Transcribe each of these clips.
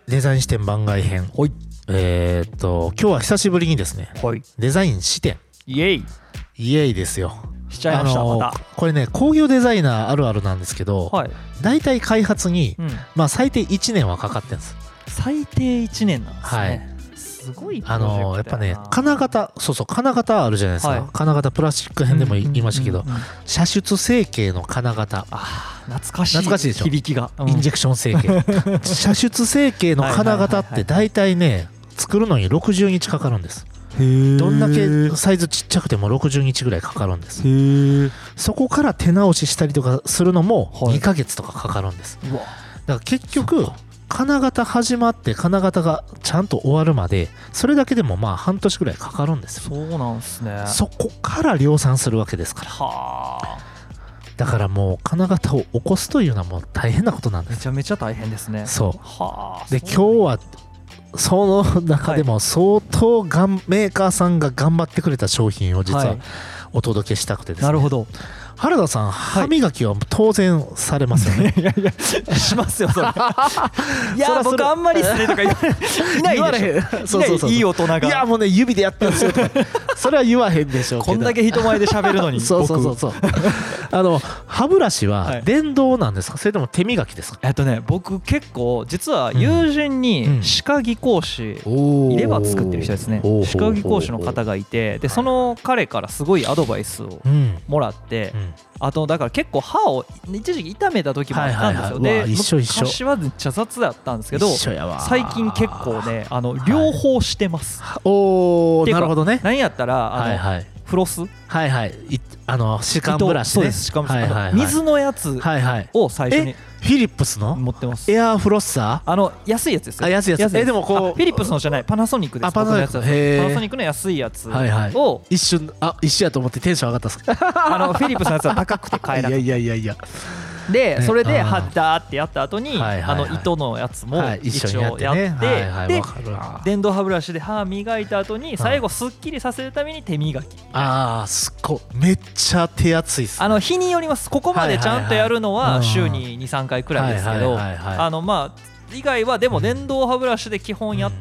デザイン視点番外編。 はい。 今日は久しぶりにですね、 はい。 デザイン視点。 イエイイエイですよ。 しちゃいました、また。 これね、工業デザイナーあるあるなんですけど、 はい。 大体開発に、 うん。 最低1年はかかってるんです。 最低1年なんですね。 はい。 すごいプロジェクトやな。 やっぱね、金型、金型あるじゃないですか。 はい金型プラスチック編でも言いましたけど、 うんうんうんうん、 射出成形の金型。 懐かしい。 懐かしいでしょ。 響きが。 インジェクション成形。射出成形の金型って大体ね、作るのに60日かかるんです。どんだけサイズちっちゃくても60日ぐらいかかるんです。そこから手直ししたりとかするのも2ヶ月とかかかるんです。だから結局金型始まって金型がちゃんと終わるまでそれだけでも半年ぐらいかかるんですよ。 そうなんですね。 そこから量産するわけですから。 はあ。 だからもう金型を起こすというのはもう大変なことなんです。 めちゃめちゃ大変ですね。 そう。 はあ。 で今日はその中でも相当メーカーさんが頑張ってくれた商品を実はお届けしたくてですね。 なるほど。 原田さん、歯磨きは当然されますよね。 いやいや、しますよ、それ。いや、僕あんまりするとかいないでしょ。そういい大人が。 いや、もうね、指でやってるんですよとか。それは言わへんでしょうけど。 こんだけ人前で喋るのに。 そう。歯ブラシは電動なんですか、それとも手磨きですか？ 僕結構、実は友人に歯科技工士、入れ歯作ってる人ですね。歯科技工士の方がいて、で、その彼からすごいアドバイスをもらって、あとだから結構歯を一時期痛めた時もあったんですよ。で、昔はめっちゃ雑だったんですけど、最近結構ね、両方してます。 おー、なるほどね。 何やったらフロス、 歯間ブラシね。 そうです、歯間ブラシ、水のやつを最初に。 フィリップスの持ってます。 エアーフロッサー、安いやつですよ。 安いやつ。でもこうフィリップスのじゃない、パナソニックです。パナソニックの安いやつを一瞬やと思ってテンション上がったっすか？ フィリップスのやつは高くて買えなくて。 いやでそれでハッダーってやった後に糸のやつも一応やって、で電動歯ブラシで歯磨いた後に最後すっきりさせるために手磨き。 すっごいめっちゃ手厚いっす。 日によります。ここまでちゃんとやるのは週に 2,3 回くらいですけど、以外はでも電動歯ブラシで基本やって、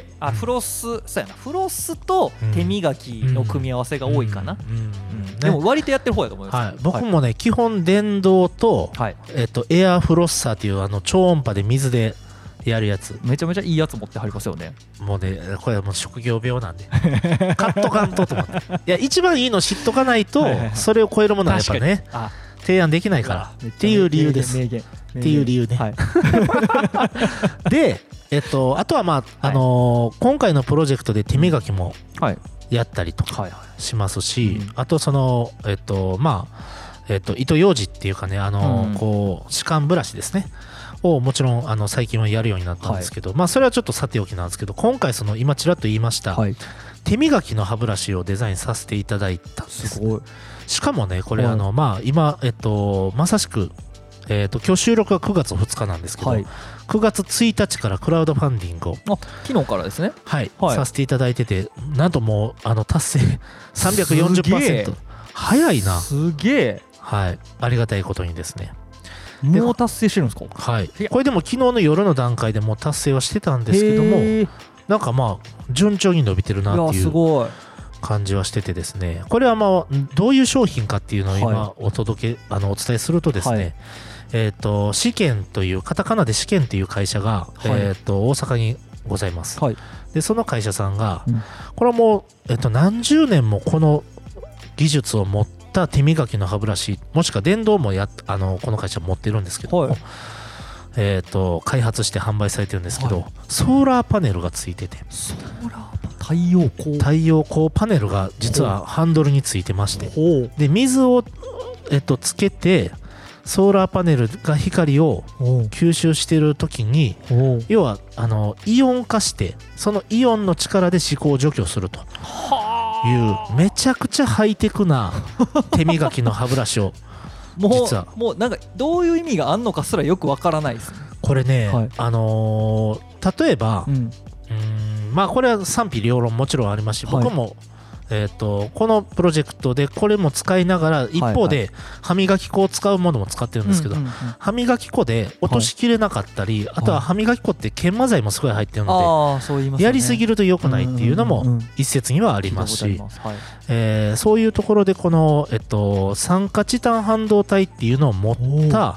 フロスと手磨きの組み合わせが多いかな。でも割とやってる方やと思います。 僕もね、基本電動とエアーフロッサーっていう超音波で水でやるやつ、 めちゃめちゃいいやつ持ってはりますよね。 もうね、これはもう職業病なんで買っとかんと思って。いや、一番いいの知っとかないとそれを超えるものはやっぱね提案できないからっていう理由です。っていう理由ね。で、あとは今回のプロジェクトで手磨きもやったりとかしますし、あと糸ようじっていうかね、こう歯間ブラシですねをもちろん最近はやるようになったんですけど、それはちょっとさておきなんですけど、今回今ちらっと言いました手磨きの歯ブラシをデザインさせていただいたんです。しかもね、これ今まさしく今日収録は9月2日なんですけど、9月1日からクラウドファンディングを昨日からですね、 させていただいてて、なんともう達成 340%。 早いな。 すげえ。 ありがたいことにですね、 もう達成してるんですか？ これでも昨日の夜の段階でもう達成はしてたんですけども、なんか順調に伸びてるなっていう感じはしててですね、これはどういう商品かっていうのを今お伝えするとですね、試験というカタカナで試験という会社が大阪にございます。でその会社さんがこれはもう何十年もこの技術を持った手磨きの歯ブラシ、もしくは電動もこの会社持ってるんですけども、開発して販売されてるんですけど、ソーラーパネルがついてて、太陽光パネルが実はハンドルについてまして、で水をつけてソーラーパネルが光を吸収している時に、要はイオン化してそのイオンの力で歯垢を除去するというめちゃくちゃハイテクな手磨きの歯ブラシを実はもうなんかどういう意味があんのかすらよくわからないですね。 これね、例えばこれは賛否両論もちろんありますし、僕もこのプロジェクトでこれも使いながら一方で歯磨き粉を使うものも使ってるんですけど、歯磨き粉で落としきれなかったり、あとは歯磨き粉って研磨剤もすごい入ってるので、やりすぎると良くないっていうのも一説にはありますし、そういうところでこの酸化チタン半導体っていうのを持った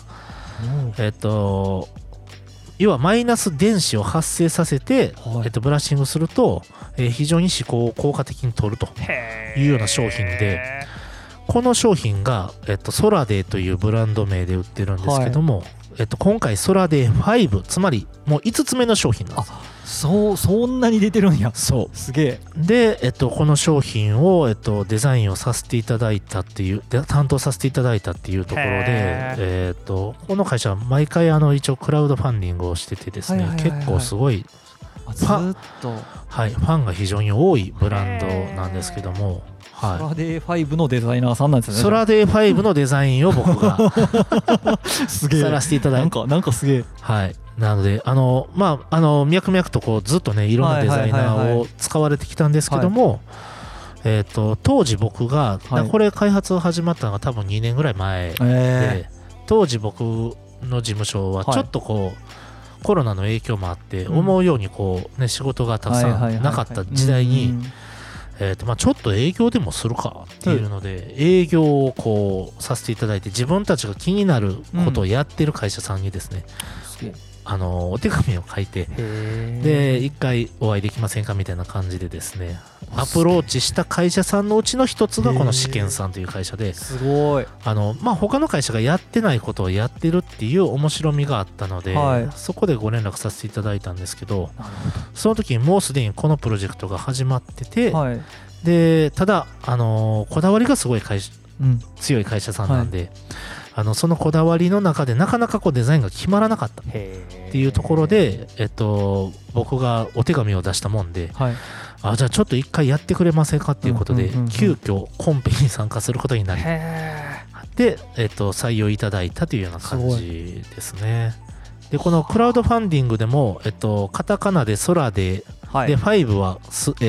要はマイナス電子を発生させて、ブラッシングすると、非常に歯垢を効果的に取るというような商品で、この商品が、ソラデーというブランド名で売ってるんですけども、今回ソラデー5、つまりもう5つ目の商品なんです。 そんなに出てるんや。 そうすげえ。 で、この商品を、デザインをさせていただいたっていう担当させていただいたっていうところで、この会社は毎回一応クラウドファンディングをしててですね、結構すごいファンが非常に多いブランドなんですけども、 ソラデー5のデザイナーさんなんですね。 ソラデー5のデザインを僕がすげえさらせていただいて、 なんかすげえ。 はい。なので脈々とこうずっとねいろんなデザイナーを使われてきたんですけども、当時僕が、これ開発始まったのが多分2年ぐらい前で、当時僕の事務所はちょっとこう、コロナの影響もあって思うようにこう、ね、仕事がたくさんなかった時代に、ちょっと営業でもするかっていうので、営業をこうさせていただいて、自分たちが気になることをやってる会社さんにですね、お手紙を書いて、で一回お会いできませんかみたいな感じでですねアプローチした会社さんのうちの一つがこの試験さんという会社で、 すごい他の会社がやってないことをやってるっていう面白みがあったので、そこでご連絡させていただいたんですけど、その時にもうすでにこのプロジェクトが始まってて、でただこだわりがすごい強い会社さんなんで、そのこだわりの中でなかなかこうデザインが決まらなかったっていうところで、僕がお手紙を出したもんで、じゃあちょっと一回やってくれませんかっていうことで、急遽コンペに参加することになり、で、採用いただいたというような感じですね。でこのクラウドファンディングでも、カタカナでソラで、で5は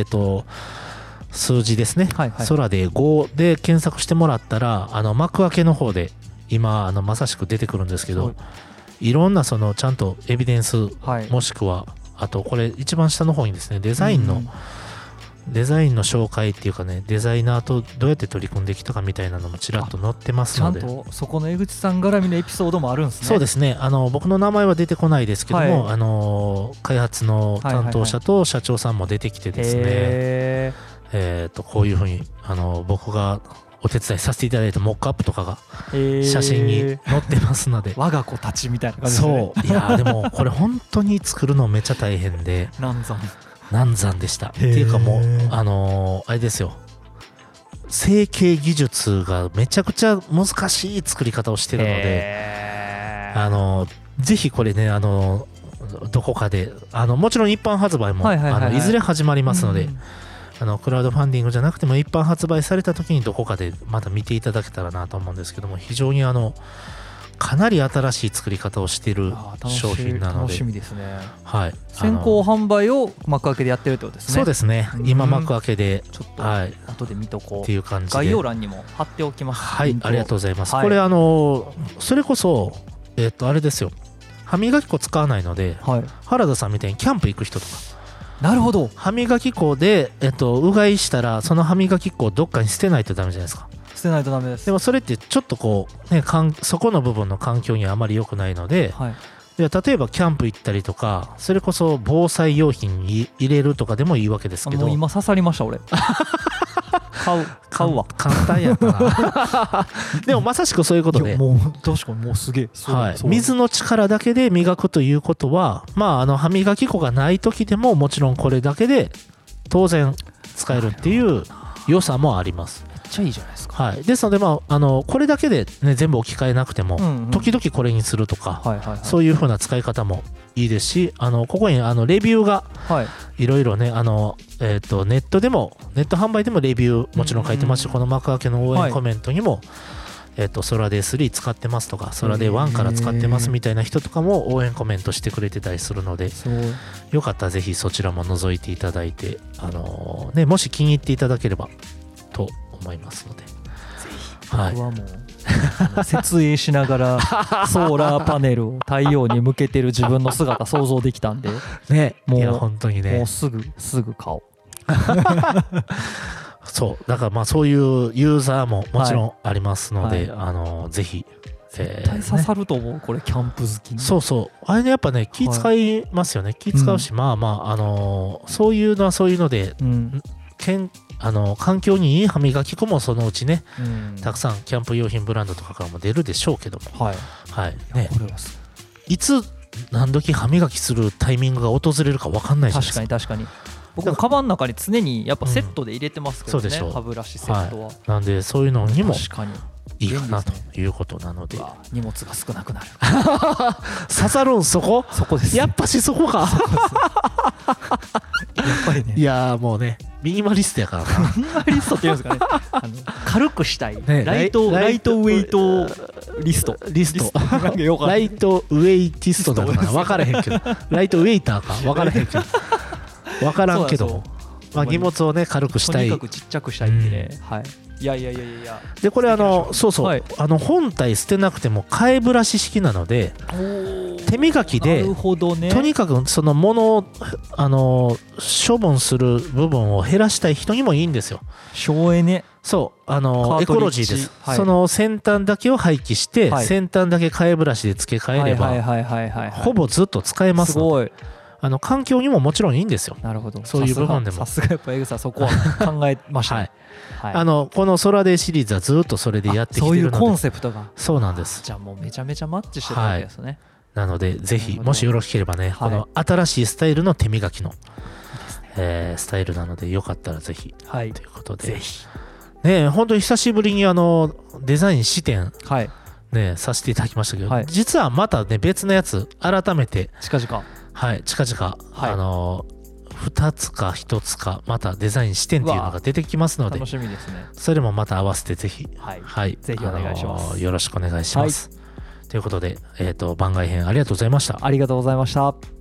数字ですね、ソラで5で検索してもらったら幕開けの方で今まさしく出てくるんですけど、いろんなちゃんとエビデンス、もしくはあとこれ一番下の方にですねデザインの紹介っていうかね、デザイナーとどうやって取り組んできたかみたいなのもちらっと載ってますので、 ちゃんとそこの江口さん絡みのエピソードもあるんですね。 そうですね、僕の名前は出てこないですけども、開発の担当者と社長さんも出てきてですね、こういうふうに僕がお手伝いさせていただいたモックアップとかが写真に載ってますので、 我が子たちみたいな感じですね。 そういやでもこれ本当に作るのめっちゃ大変で難産でした。っていうかもうあれですよ、成形技術がめちゃくちゃ難しい作り方をしてるので、ぜひこれねどこかでもちろん一般発売もいずれ始まりますので、クラウドファンディングじゃなくても一般発売された時にどこかでまた見ていただけたらなと思うんですけども、非常にかなり新しい作り方をしている商品なので楽しみですね。 はい、 先行販売を幕開けでやってるってことですね。 そうですね、今幕開けでちょっと後で見とこうっていう感じで概要欄にも貼っておきます。 はい、ありがとうございます。これそれこそあれですよ、歯磨き粉使わないので、原田さんみたいにキャンプ行く人とか、 なるほど、 歯磨き粉で、うがいしたらその歯磨き粉をどっかに捨てないとダメじゃないですか。 捨てないとダメです。 でもそれってちょっとこう、ね、そこの部分の環境にはあまり良くないので、で例えばキャンプ行ったりとか、それこそ防災用品に入れるとかでもいいわけですけど、 もう今刺さりました俺買うわ。 簡単やったなでもまさしくそういうことで、 もう確かにもうすげえ、 水の力だけで磨くということは、歯磨き粉がない時でももちろんこれだけで当然使えるっていう良さもあります。 めっちゃいいじゃないですか。 ですので、これだけで、ね、全部置き換えなくても、時々これにするとか、そういう風な使い方もいいですし、ここにレビューがいろいろね、ネット販売でもレビューもちろん書いてますし、この幕開けの応援コメントにも、ソラデー3使ってますとか、ソラデー1から使ってますみたいな人とかも応援コメントしてくれてたりするので、よかったらぜひそちらも覗いていただいて、もし気に入っていただければと思いますので、ぜひ僕はもう、設営しながらソーラーパネルを太陽に向けてる自分の姿想像できたんでね、 もういや本当にね、 もうすぐ買おうそうだからまあそういうユーザーももちろんありますので、ぜひ絶対刺さると思う、これキャンプ好きに。 そうそうあれねやっぱね気使いますよね、気使うし、まあまあそういうのはそういうので、環境にいい歯磨き粉もそのうちね、たくさんキャンプ用品ブランドとかからも出るでしょうけども、ね、いつ何時歯磨きするタイミングが訪れるか分かんないじゃないですか。 確かに僕もカバンの中に常にやっぱセットで入れてますけどね、歯ブラシセットは、 なんでそういうのにもいいかなということなので、 荷物が少なくなる刺さるんそこです、 やっぱしそこかやっぱりね、 いやもうねミニマリストやからなミニマリストっていうんですかね軽くしたい、ライトウェイトリストライトウェイティストだから分からへんけどライトウェイターか分からへんけど分からんけども、まあ荷物をね軽くしたい、 とにかくちっちゃくしたいんでね、いやでこれ本体捨てなくても替えブラシ式なので、手磨きでとにかくその物を処分する部分を減らしたい人にもいいんですよ。 省エネ、 そうエコロジーです、その先端だけを廃棄して、先端だけ替えブラシで付け替えればほぼずっと使えますので、環境にももちろんいいんですよ。 なるほど、 そういう部分でもさすがやっぱ江口さんそこは考えましたねこのソラデーシリーズはずっとそれでやってきてるので、そういうコンセプトが、 そうなんです。 じゃあもうめちゃめちゃマッチしてるわけですね。 なのでぜひもしよろしければね、この新しいスタイルの手磨きのスタイルなのでよかったらぜひということで、ぜひね本当に久しぶりにデザイン試点ねさせていただきましたけど、実はまたね別のやつ改めて近々2つか1つかまたデザイン視点っていうのが出てきますので、 楽しみですね。 それもまた合わせてぜひ、 ぜひお願いします。 よろしくお願いします。ということで、番外編ありがとうございました。 ありがとうございました。